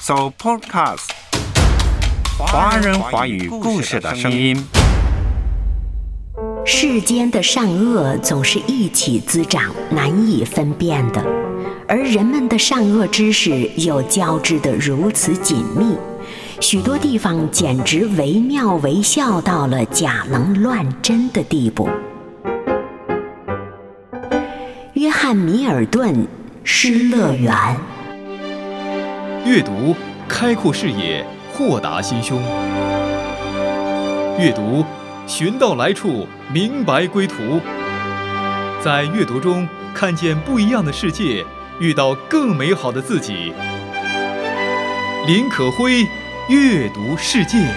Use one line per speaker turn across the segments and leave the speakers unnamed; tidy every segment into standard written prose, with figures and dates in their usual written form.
So Podcast， 华人华语故事的声音。
世间的善恶总是一起滋长，难以分辨的，而人们的善恶知识又交织得如此紧密，许多地方简直惟妙惟肖到了假能乱真的地步。约翰·米尔顿《失乐园》。
阅读开阔视野，豁达心胸。阅读寻到来处，明白归途。在阅读中看见不一样的世界，遇到更美好的自己。林可辉阅读世界。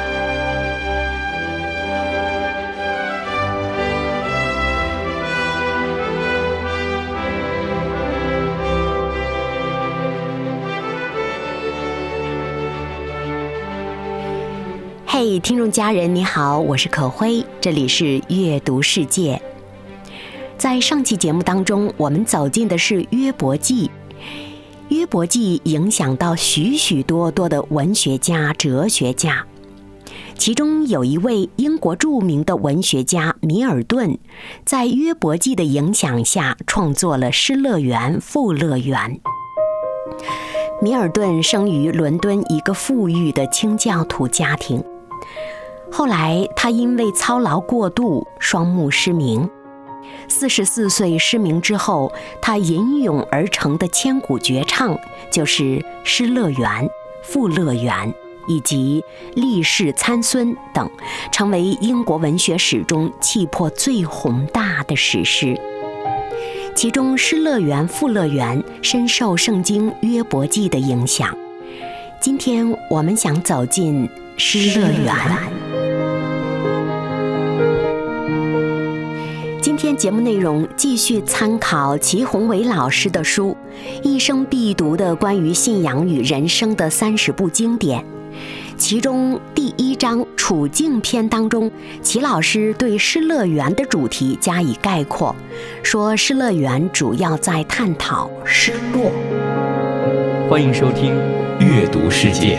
嘿，听众家人你好，我是可辉，这里是阅读世界。在上期节目当中，我们走进的是约伯记。约伯记影响到许许多多的文学家、哲学家，其中有一位英国著名的文学家米尔顿，在约伯记的影响下创作了《失乐园》《富乐园》。米尔顿生于伦敦一个富裕的清教徒家庭，后来他因为操劳过度，双目失明。44岁失明之后，他吟咏而成的千古绝唱就是《失乐园》《富乐园》以及《历世参孙》等，成为英国文学史中气魄最宏大的史诗。其中《失乐园》《富乐园》深受圣经约伯记的影响。今天我们想走进《失乐园》。今天节目内容继续参考齐宏伟老师的书《一生必读的关于信仰与人生的30部经典》，其中第1章处境篇当中，齐老师对失乐园的主题加以概括，说失乐园主要在探讨失落。
欢迎收听阅读世界。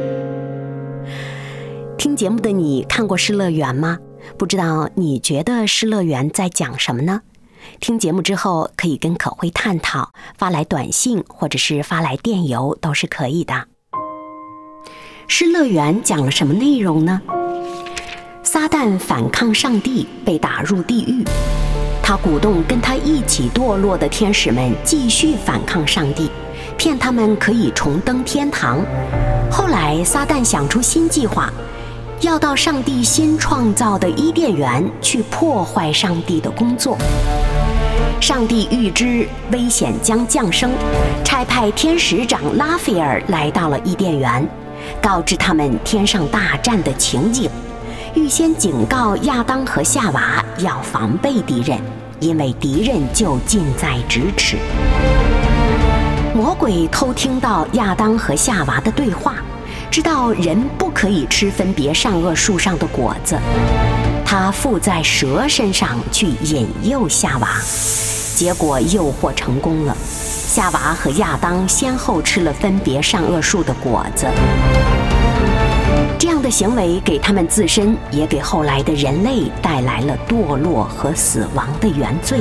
听节目的你看过失乐园吗？不知道你觉得失乐园在讲什么呢？听节目之后可以跟可辉探讨，发来短信或者是发来电邮都是可以的。失乐园讲了什么内容呢？撒旦反抗上帝，被打入地狱，他鼓动跟他一起堕落的天使们继续反抗上帝，骗他们可以重登天堂。后来撒旦想出新计划，要到上帝新创造的伊甸园去破坏上帝的工作。上帝预知危险将降生，差派天使长拉斐尔来到了伊甸园，告知他们天上大战的情景，预先警告亚当和夏娃要防备敌人，因为敌人就近在咫尺。魔鬼偷听到亚当和夏娃的对话，知道人不可以吃分别善恶树上的果子，他附在蛇身上去引诱夏娃，结果诱惑成功了，夏娃和亚当先后吃了分别善恶树的果子。这样的行为给他们自身，也给后来的人类带来了堕落和死亡的原罪。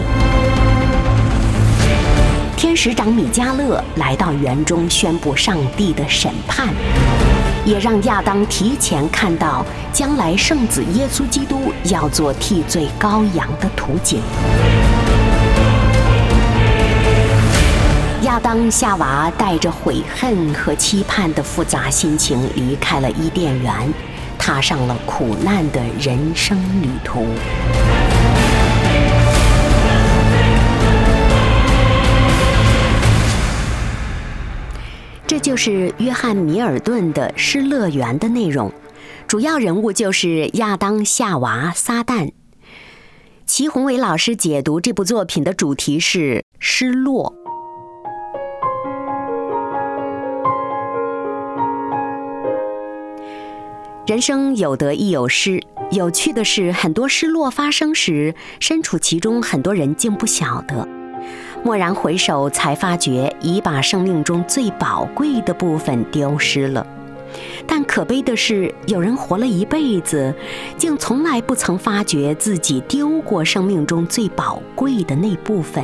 天使长米迦勒来到园中宣布上帝的审判，也让亚当提前看到将来圣子耶稣基督要做替罪羔羊的图景。亚当夏娃带着悔恨和期盼的复杂心情离开了伊甸园，踏上了苦难的人生旅途。这就是约翰·米尔顿的《失乐园》的内容，主要人物就是亚当、夏娃、撒旦。齐宏伟老师解读这部作品的主题是失落。人生有得亦有失，有趣的是，很多失落发生时，身处其中很多人竟不晓得。 蓦然回首，才发觉已把生命中最宝贵的部分丢失了。但可悲的是，有人活了一辈子，竟从来不曾发觉自己丢过生命中最宝贵的那部分。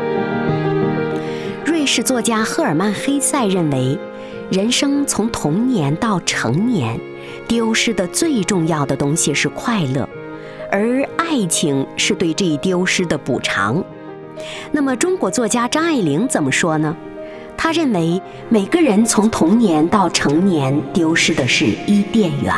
瑞士作家赫尔曼·黑塞认为，人生从童年到成年，丢失的最重要的东西是快乐，而爱情是对这一丢失的补偿。那么中国作家张爱玲怎么说呢？他认为每个人从童年到成年丢失的是伊甸园。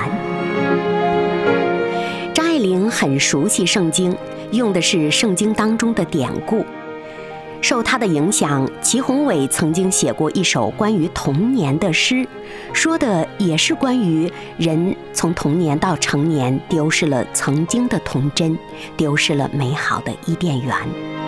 张爱玲很熟悉圣经，用的是圣经当中的典故。受她的影响，祁宏伟曾经写过一首关于童年的诗，说的也是关于人从童年到成年丢失了曾经的童真，丢失了美好的伊甸园。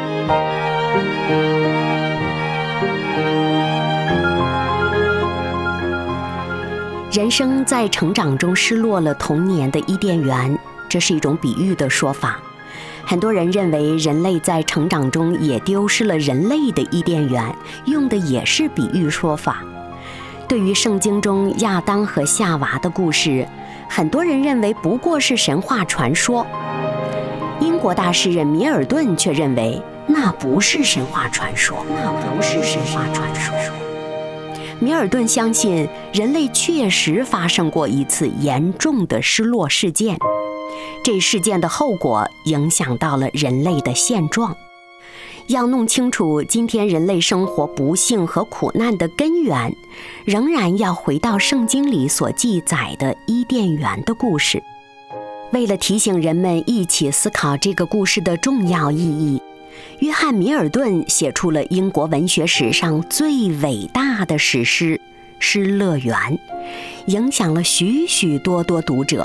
人生在成长中失落了童年的伊甸园，这是一种比喻的说法。很多人认为人类在成长中也丢失了人类的伊甸园，用的也是比喻说法。对于圣经中亚当和夏娃的故事，很多人认为不过是神话传说。英国大诗人米尔顿却认为那不是神话传说，那不是神话传说。米尔顿相信人类确实发生过一次严重的失落事件，这事件的后果影响到了人类的现状。要弄清楚今天人类生活不幸和苦难的根源，仍然要回到圣经里所记载的伊甸园的故事。为了提醒人们一起思考这个故事的重要意义，约翰·米尔顿写出了英国文学史上最伟大的史诗《失乐园》，影响了许许多多读者。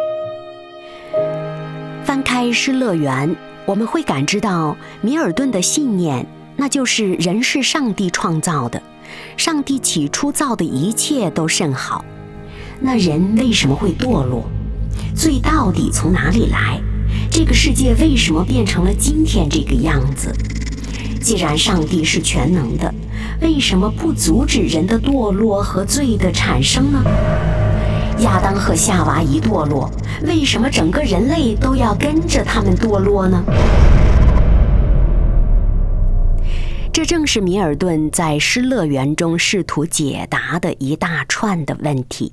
翻开《失乐园》，我们会感知到米尔顿的信念，那就是人是上帝创造的，上帝起初造的一切都甚好。那人为什么会堕落？罪到底从哪里来？这个世界为什么变成了今天这个样子？既然上帝是全能的，为什么不阻止人的堕落和罪的产生呢？亚当和夏娃一堕落，为什么整个人类都要跟着他们堕落呢？这正是米尔顿在《失乐园》中试图解答的一大串的问题。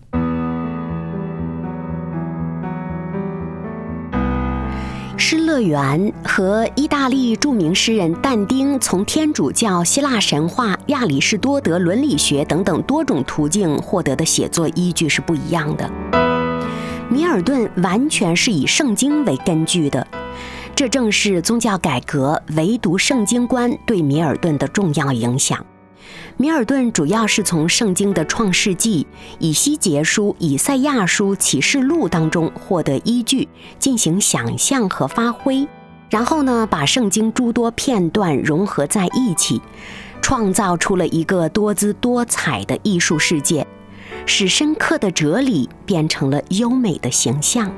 失乐园和意大利著名诗人但丁从天主教、希腊神话、亚里士多德伦理学等等多种途径获得的写作依据是不一样的。米尔顿完全是以圣经为根据的，这正是宗教改革唯独圣经观对米尔顿的重要影响。米尔顿主要是从圣经的创世纪、以西结书、以赛亚书、启示录当中获得依据，进行想象和发挥，然后呢，把圣经诸多片段融合在一起，创造出了一个多姿多彩的艺术世界，使深刻的哲理变成了优美的形象。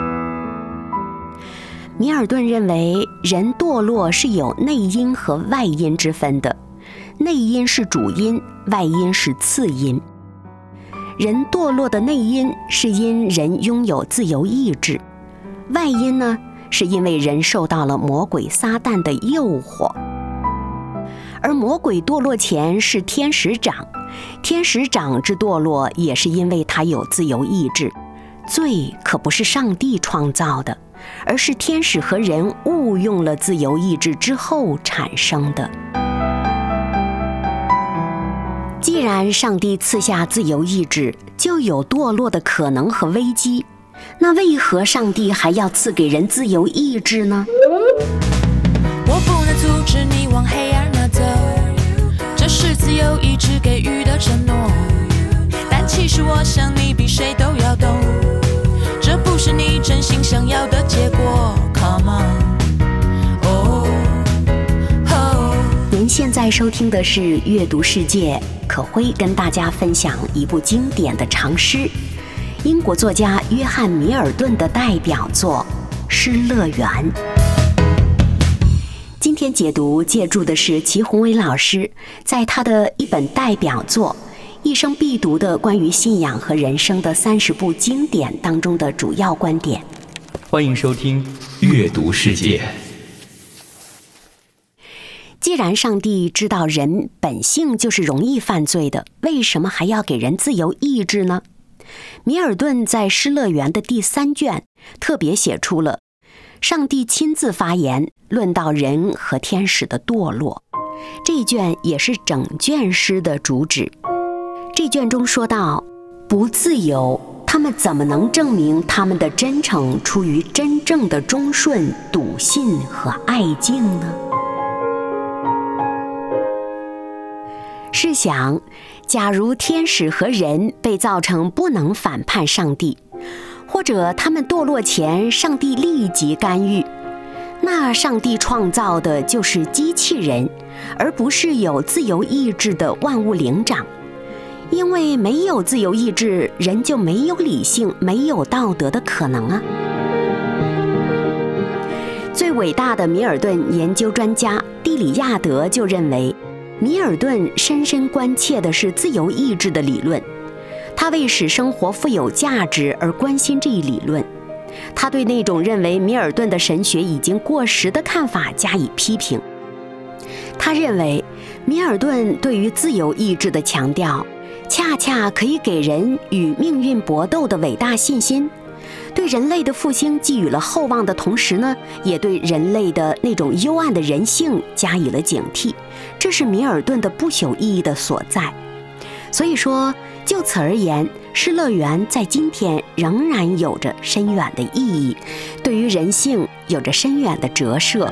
米尔顿认为人堕落是有内因和外因之分的，内因是主因，外因是次因。人堕落的内因是因人拥有自由意志，外因呢，是因为人受到了魔鬼撒旦的诱惑。而魔鬼堕落前是天使长，天使长之堕落也是因为他有自由意志。罪可不是上帝创造的，而是天使和人误用了自由意志之后产生的。既然上帝赐下自由意志，就有堕落的可能和危机，那为何上帝还要赐给人自由意志呢？
我不能阻止你往黑暗那走，这是自由意志给予的承诺，但其实我想你比谁都要懂，这不是你真心想要的结果。 Come on，
您现在收听的是《阅读世界》，可辉跟大家分享一部经典的长诗，英国作家约翰·米尔顿的代表作《失乐园》。今天解读借助的是祁宏伟老师在他的一本代表作一生必读的关于信仰和人生的30部经典当中的主要观点。
欢迎收听阅读世界。
既然上帝知道人本性就是容易犯罪的，为什么还要给人自由意志呢？米尔顿在《失乐园》的第3卷特别写出了上帝亲自发言，论到人和天使的堕落。这一卷也是整卷诗的主旨。这卷中说到，不自由，他们怎么能证明他们的真诚出于真正的忠顺、笃信和爱敬呢？试想，假如天使和人被造成不能反叛上帝，或者他们堕落前上帝立即干预，那上帝创造的就是机器人，而不是有自由意志的万物灵长。因为没有自由意志，人就没有理性，没有道德的可能啊。最伟大的米尔顿研究专家蒂里亚德就认为，米尔顿深深关切的是自由意志的理论，他为使生活富有价值而关心这一理论。他对那种认为米尔顿的神学已经过时的看法加以批评。他认为米尔顿对于自由意志的强调，恰恰可以给人与命运搏斗的伟大信心，对人类的复兴寄予了厚望的同时呢，也对人类的那种幽暗的人性加以了警惕。这是米尔顿的不朽意义的所在。所以说，就此而言，《失乐园》在今天仍然有着深远的意义，对于人性有着深远的折射。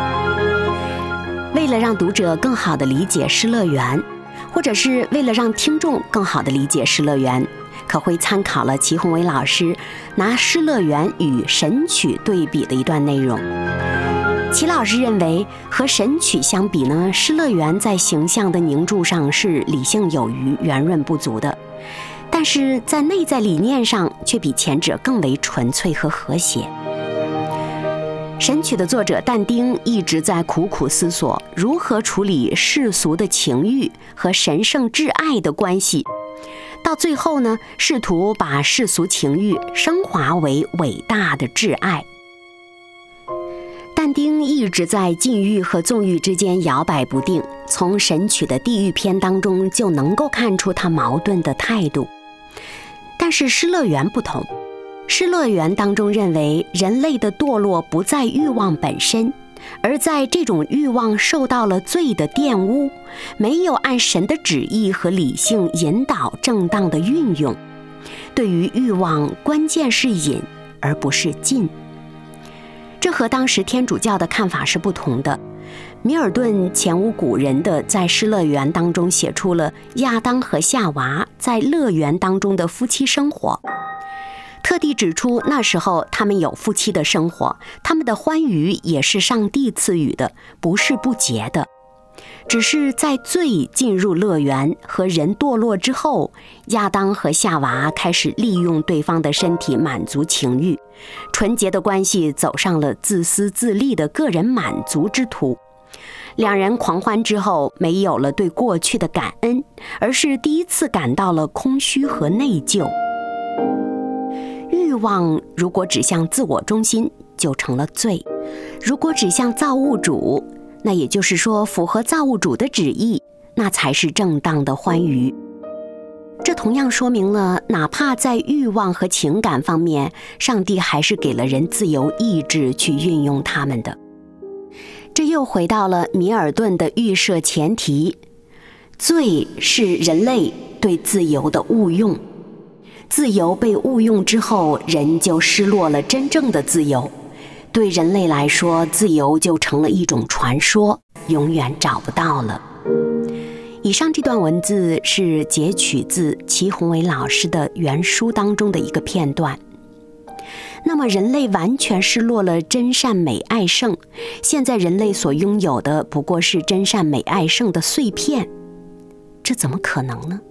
为了让读者更好地理解《失乐园》，或者是为了让听众更好地理解《失乐园》，可会参考了祁宏伟老师拿《失乐园》与《神曲》对比的一段内容。祁老师认为，和《神曲》相比呢，《失乐园》在形象的凝铸上是理性有余、圆润不足的，但是在内在理念上却比前者更为纯粹和和谐。《神曲》的作者但丁一直在苦苦思索如何处理世俗的情欲和神圣至爱的关系，到最后呢，试图把世俗情欲升华为伟大的至爱。但丁一直在禁欲和纵欲之间摇摆不定，从《神曲》的地狱篇当中就能够看出他矛盾的态度。但是《失乐园》不同，《失乐园》当中认为人类的堕落不在欲望本身，而在这种欲望受到了罪的玷污，没有按神的旨意和理性引导正当的运用。对于欲望，关键是引而不是禁。这和当时天主教的看法是不同的。米尔顿前无古人的在《失乐园》当中写出了亚当和夏娃在乐园当中的夫妻生活，特地指出那时候他们有夫妻的生活，他们的欢愉也是上帝赐予的，不是不洁的。只是在罪进入乐园和人堕落之后，亚当和夏娃开始利用对方的身体满足情欲，纯洁的关系走上了自私自利的个人满足之途。两人狂欢之后，没有了对过去的感恩，而是第一次感到了空虚和内疚。欲望如果指向自我中心，就成了罪；如果指向造物主，那也就是说符合造物主的旨意，那才是正当的欢愉。这同样说明了，哪怕在欲望和情感方面，上帝还是给了人自由意志去运用它们的。这又回到了米尔顿的预设前提，罪是人类对自由的误用，自由被误用之后，人就失落了真正的自由。对人类来说，自由就成了一种传说，永远找不到了。以上这段文字是截取自祁宏伟老师的原书当中的一个片段。那么人类完全失落了真善美爱圣，现在人类所拥有的不过是真善美爱圣的碎片，这怎么可能呢？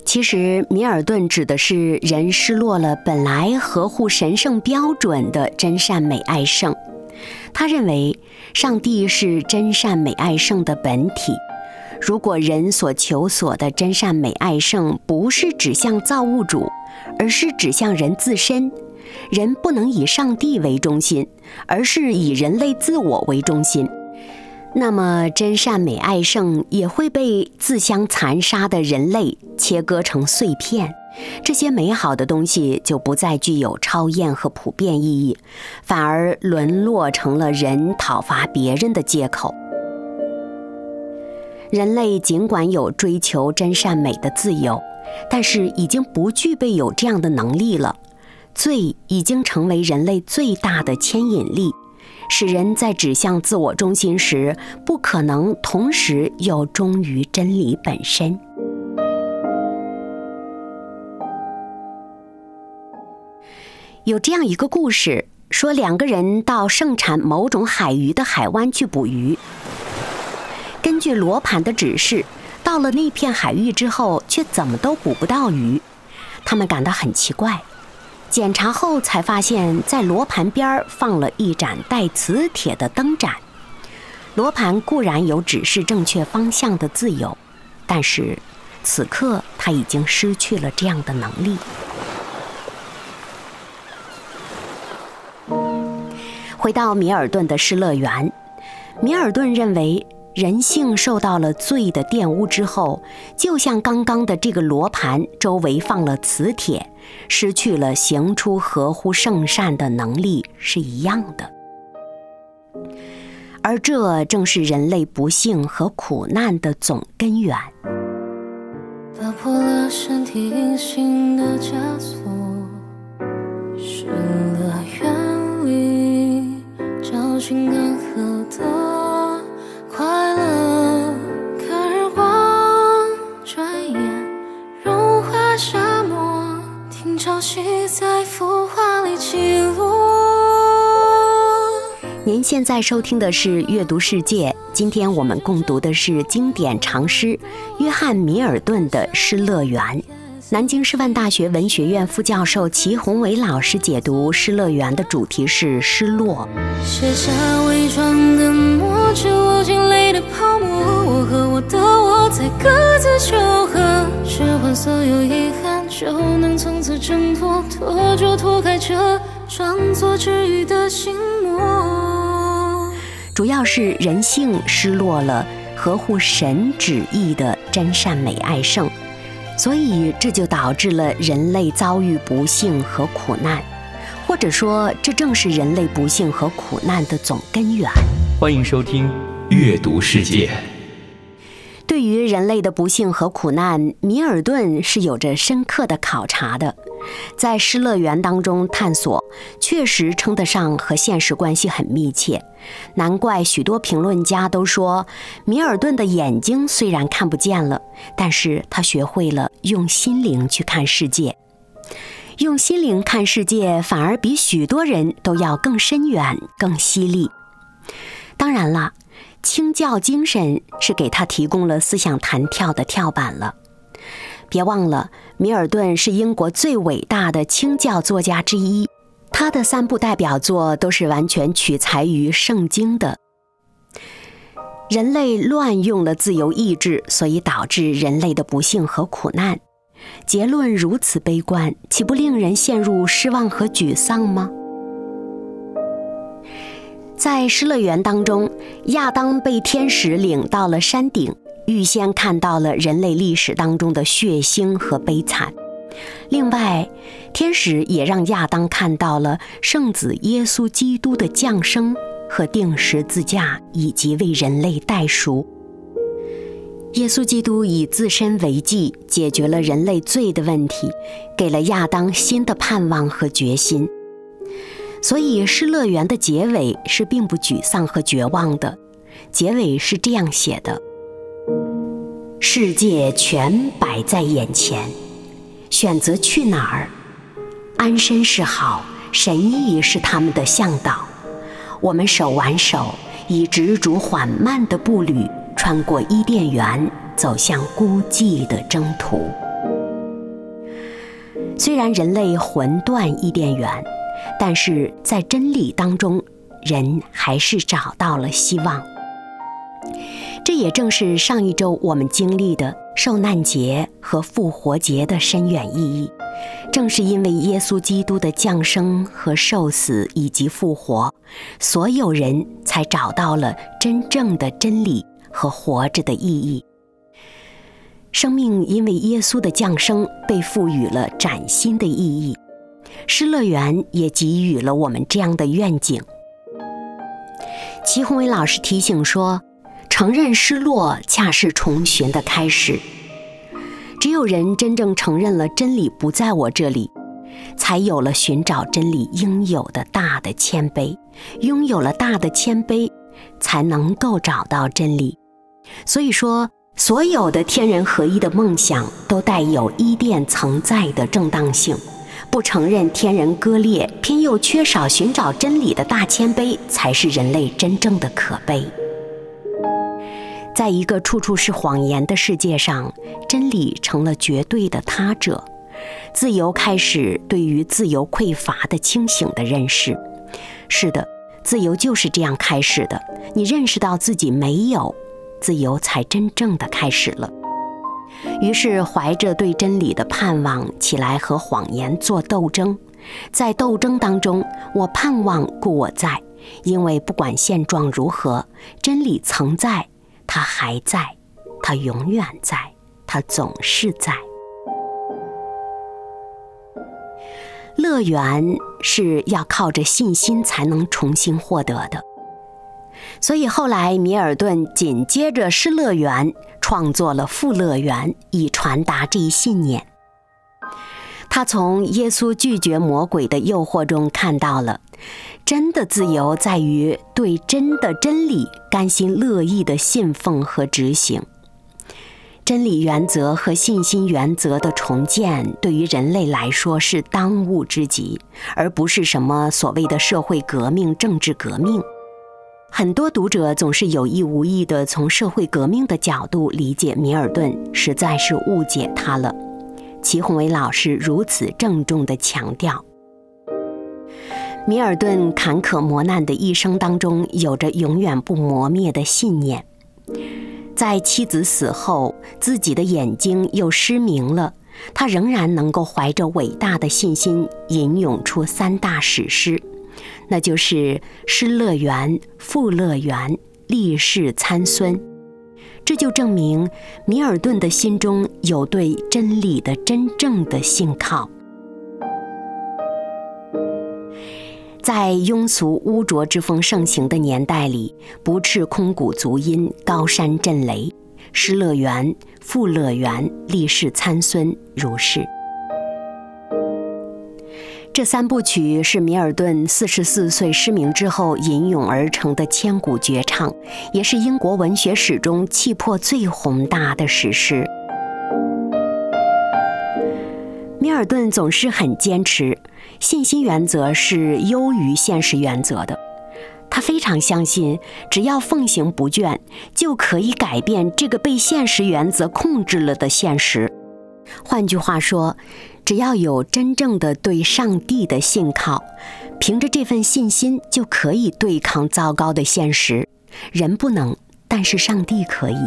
其实米尔顿指的是人失落了本来合乎神圣标准的真善美爱圣。他认为上帝是真善美爱圣的本体，如果人所求索的真善美爱圣不是指向造物主，而是指向人自身，人不能以上帝为中心，而是以人类自我为中心，那么真善美爱圣也会被自相残杀的人类切割成碎片，这些美好的东西就不再具有超验和普遍意义，反而沦落成了人讨伐别人的借口。人类尽管有追求真善美的自由，但是已经不具备有这样的能力了。罪已经成为人类最大的牵引力，使人在指向自我中心时，不可能同时又忠于真理本身。有这样一个故事，说两个人到盛产某种海鱼的海湾去捕鱼。根据罗盘的指示，到了那片海域之后，却怎么都捕不到鱼。他们感到很奇怪，检查后才发现，在罗盘边放了一盏带磁铁的灯盏。罗盘固然有指示正确方向的自由，但是此刻他已经失去了这样的能力。回到米尔顿的失乐园，米尔顿认为人性受到了罪的玷污之后，就像刚刚的这个罗盘周围放了磁铁，失去了行出合乎圣善的能力是一样的。而这正是人类不幸和苦难的总根源。
打破了身体隐形的枷锁，失乐园里找寻干涸的快乐，看日光转眼融化沙漠，听潮汐在浮华里起落。
您现在收听的是阅读世界，今天我们共读的是经典长诗约翰·米尔顿的《失乐园》。南京师范大学文学院副教授齐宏伟老师解读《失乐园》的主题是失落。
卸下伪装的墨汁，握紧泪的泡沫，我和我的我在各自求和，释怀所有遗憾，就能从此挣脱，拖着脱开这装作治愈的心魔。
主要是人性失落了合乎神旨意的真善美爱圣，所以这就导致了人类遭遇不幸和苦难，或者说这正是人类不幸和苦难的总根源。
欢迎收听阅读世界。
对于人类的不幸和苦难，米尔顿是有着深刻的考察的。在《失乐园》当中探索，确实称得上和现实关系很密切。难怪许多评论家都说，米尔顿的眼睛虽然看不见了，但是他学会了用心灵去看世界。用心灵看世界，反而比许多人都要更深远、更犀利。当然了，清教精神是给他提供了思想弹跳的跳板了。别忘了，米尔顿是英国最伟大的清教作家之一，他的3部代表作都是完全取材于圣经的。人类乱用了自由意志，所以导致人类的不幸和苦难。结论如此悲观，岂不令人陷入失望和沮丧吗？在失乐园当中，亚当被天使领到了山顶，预先看到了人类历史当中的血腥和悲惨。另外，天使也让亚当看到了圣子耶稣基督的降生和钉十字架，以及为人类代赎。耶稣基督以自身为祭，解决了人类罪的问题，给了亚当新的盼望和决心。所以失乐园的结尾是并不沮丧和绝望的，结尾是这样写的：世界全摆在眼前，选择去哪儿？安身是好，神意是他们的向导。我们手挽手，以执着缓慢的步履，穿过伊甸园，走向孤寂的征途。 虽然人类魂断伊甸园，但是在真理当中，人还是找到了希望。这也正是上一周我们经历的受难节和复活节的深远意义。正是因为耶稣基督的降生和受死以及复活，所有人才找到了真正的真理和活着的意义。生命因为耶稣的降生被赋予了崭新的意义，失乐园也给予了我们这样的愿景。齐宏伟老师提醒说，承认失落恰是重寻的开始。只有人真正承认了真理不在我这里，才有了寻找真理应有的大的谦卑，拥有了大的谦卑，才能够找到真理。所以说，所有的天人合一的梦想都带有伊甸曾在的正当性。不承认天人割裂，偏又缺少寻找真理的大谦卑，才是人类真正的可悲。在一个处处是谎言的世界上，真理成了绝对的他者，自由开始对于自由匮乏的清醒的认识。是的，自由就是这样开始的，你认识到自己没有，自由才真正的开始了。于是怀着对真理的盼望起来和谎言做斗争，在斗争当中，我盼望故我在，因为不管现状如何，真理曾在，它还在，它永远在，它总是在。乐园是要靠着信心才能重新获得的，所以后来米尔顿紧接着失乐园创作了复乐园，以传达这一信念。他从耶稣拒绝魔鬼的诱惑中看到了，真的自由在于对真的真理甘心乐意的信奉和执行。真理原则和信心原则的重建对于人类来说是当务之急，而不是什么所谓的社会革命、政治革命。很多读者总是有意无意地从社会革命的角度理解米尔顿，实在是误解他了。齐宏伟老师如此郑重地强调，米尔顿坎坷磨难的一生当中有着永远不磨灭的信念。在妻子死后，自己的眼睛又失明了，他仍然能够怀着伟大的信心吟咏出三大史诗，那就是失乐园、复乐园、立世参孙。这就证明米尔顿的心中有对真理的真正的信靠。在庸俗污浊之风盛行的年代里，不斥空谷足音，高山震雷，失乐园、复乐园、立世参孙如是。这三部曲是米尔顿44岁失明之后吟咏而成的千古绝唱，也是英国文学史中气魄最宏大的史诗。米尔顿总是很坚持，信心原则是优于现实原则的。他非常相信，只要奉行不倦，就可以改变这个被现实原则控制了的现实。换句话说，只要有真正的对上帝的信靠，凭着这份信心就可以对抗糟糕的现实。人不能，但是上帝可以。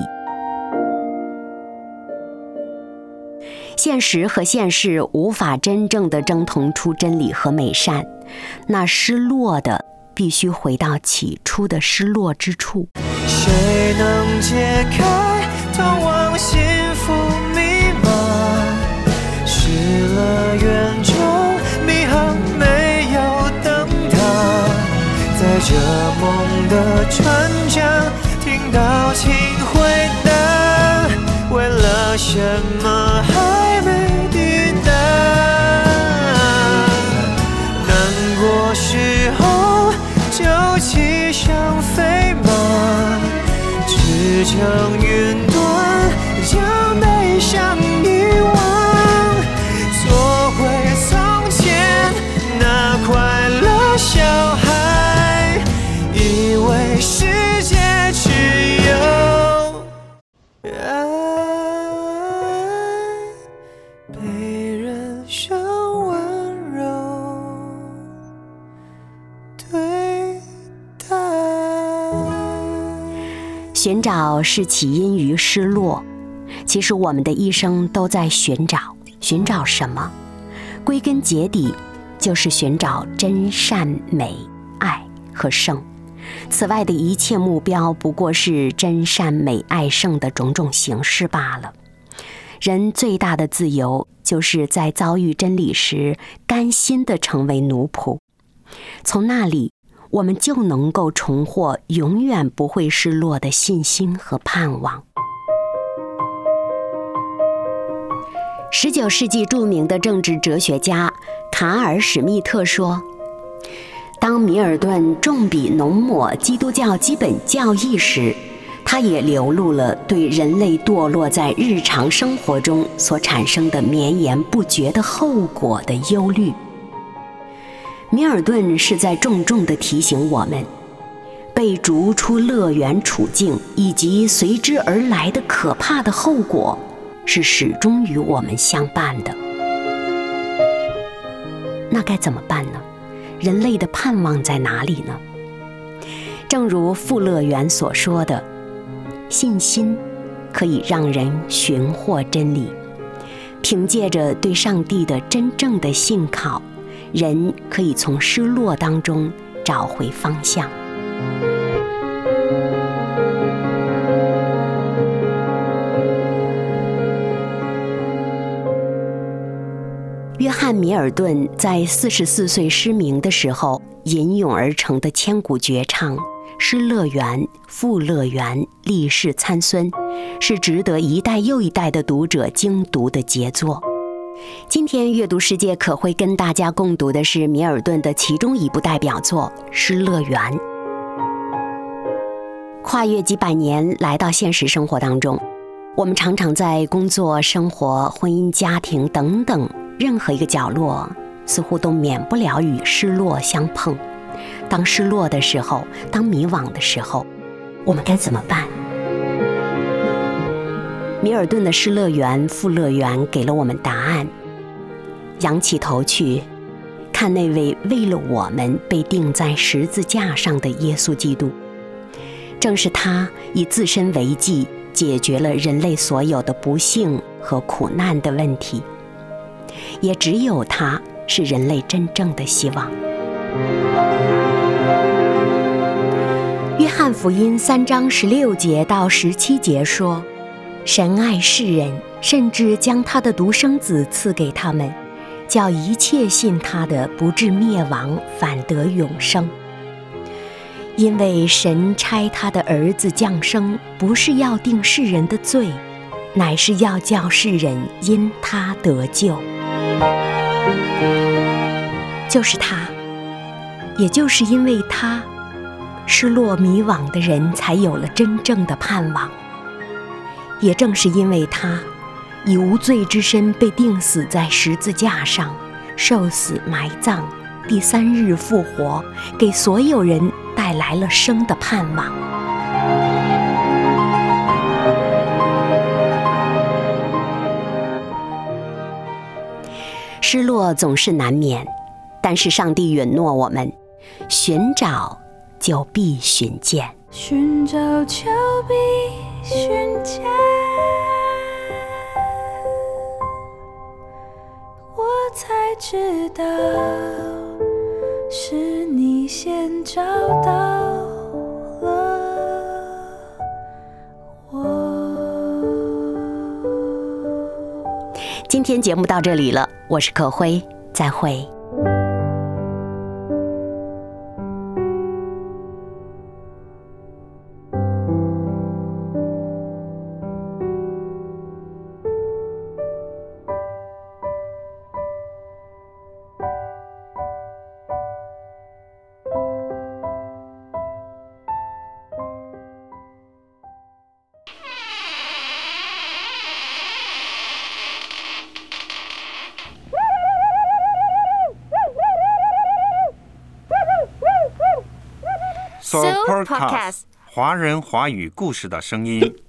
现实和现世无法真正的争同出真理和美善，那失落的必须回到起初的失落之处。
谁能解开通往幸福密码？失乐园中迷航没有灯塔，在这梦的船桨听到请回答，为了什么还没抵达？难过时候就骑上飞马，驰骋云端，将悲伤遗忘，做回从前那快乐小孩，以为世界只有爱，被人伤
寻找是起因于失落，其实我们的一生都在寻找什么？归根结底，就是寻找真善美爱和圣。此外的一切目标，不过是真善美爱圣的种种形式罢了。人最大的自由，就是在遭遇真理时，甘心地成为奴仆。从那里，我们就能够重获永远不会失落的信心和盼望。19世纪著名的政治哲学家卡尔·史密特说，当米尔顿重笔浓抹基督教基本教义时，他也流露了对人类堕落在日常生活中所产生的绵延不绝的后果的忧虑。米尔顿是在重重地提醒我们，被逐出乐园处境以及随之而来的可怕的后果，是始终与我们相伴的。那该怎么办呢？人类的盼望在哪里呢？正如富乐园所说的，信心可以让人寻获真理。凭借着对上帝的真正的信靠，人可以从失落当中找回方向。约翰·米尔顿在44岁失明的时候吟咏而成的千古绝唱《失乐园》《富乐园》历世参孙，是值得一代又一代的读者精读的杰作。今天阅读世界可会跟大家共读的是米尔顿的其中一部代表作《失乐园》。跨越几百年来到现实生活当中，我们常常在工作、生活、婚姻、家庭等等任何一个角落，似乎都免不了与失落相碰。当失落的时候，当迷惘的时候，我们该怎么办？米尔顿的《失乐园》《富乐园》给了我们答案。仰起头去，看那位为了我们被钉在十字架上的耶稣基督。正是他以自身为祭，解决了人类所有的不幸和苦难的问题。也只有他是人类真正的希望。约翰福音3章16节到17节说，神爱世人，甚至将他的独生子赐给他们，叫一切信他的不至灭亡，反得永生。因为神差他的儿子降生，不是要定世人的罪，乃是要叫世人因他得救。就是他，也就是因为他，失落迷惘的人才有了真正的盼望。也正是因为他，以无罪之身被钉死在十字架上，受死埋葬，第3日复活，给所有人带来了生的盼望。失落总是难免，但是上帝允诺我们，寻找就必寻见。
寻找就必寻见，我才知道是你先找到了我。
今天节目到这里了，我是可辉，再会。
Soul Podcast 华人华语故事的声音。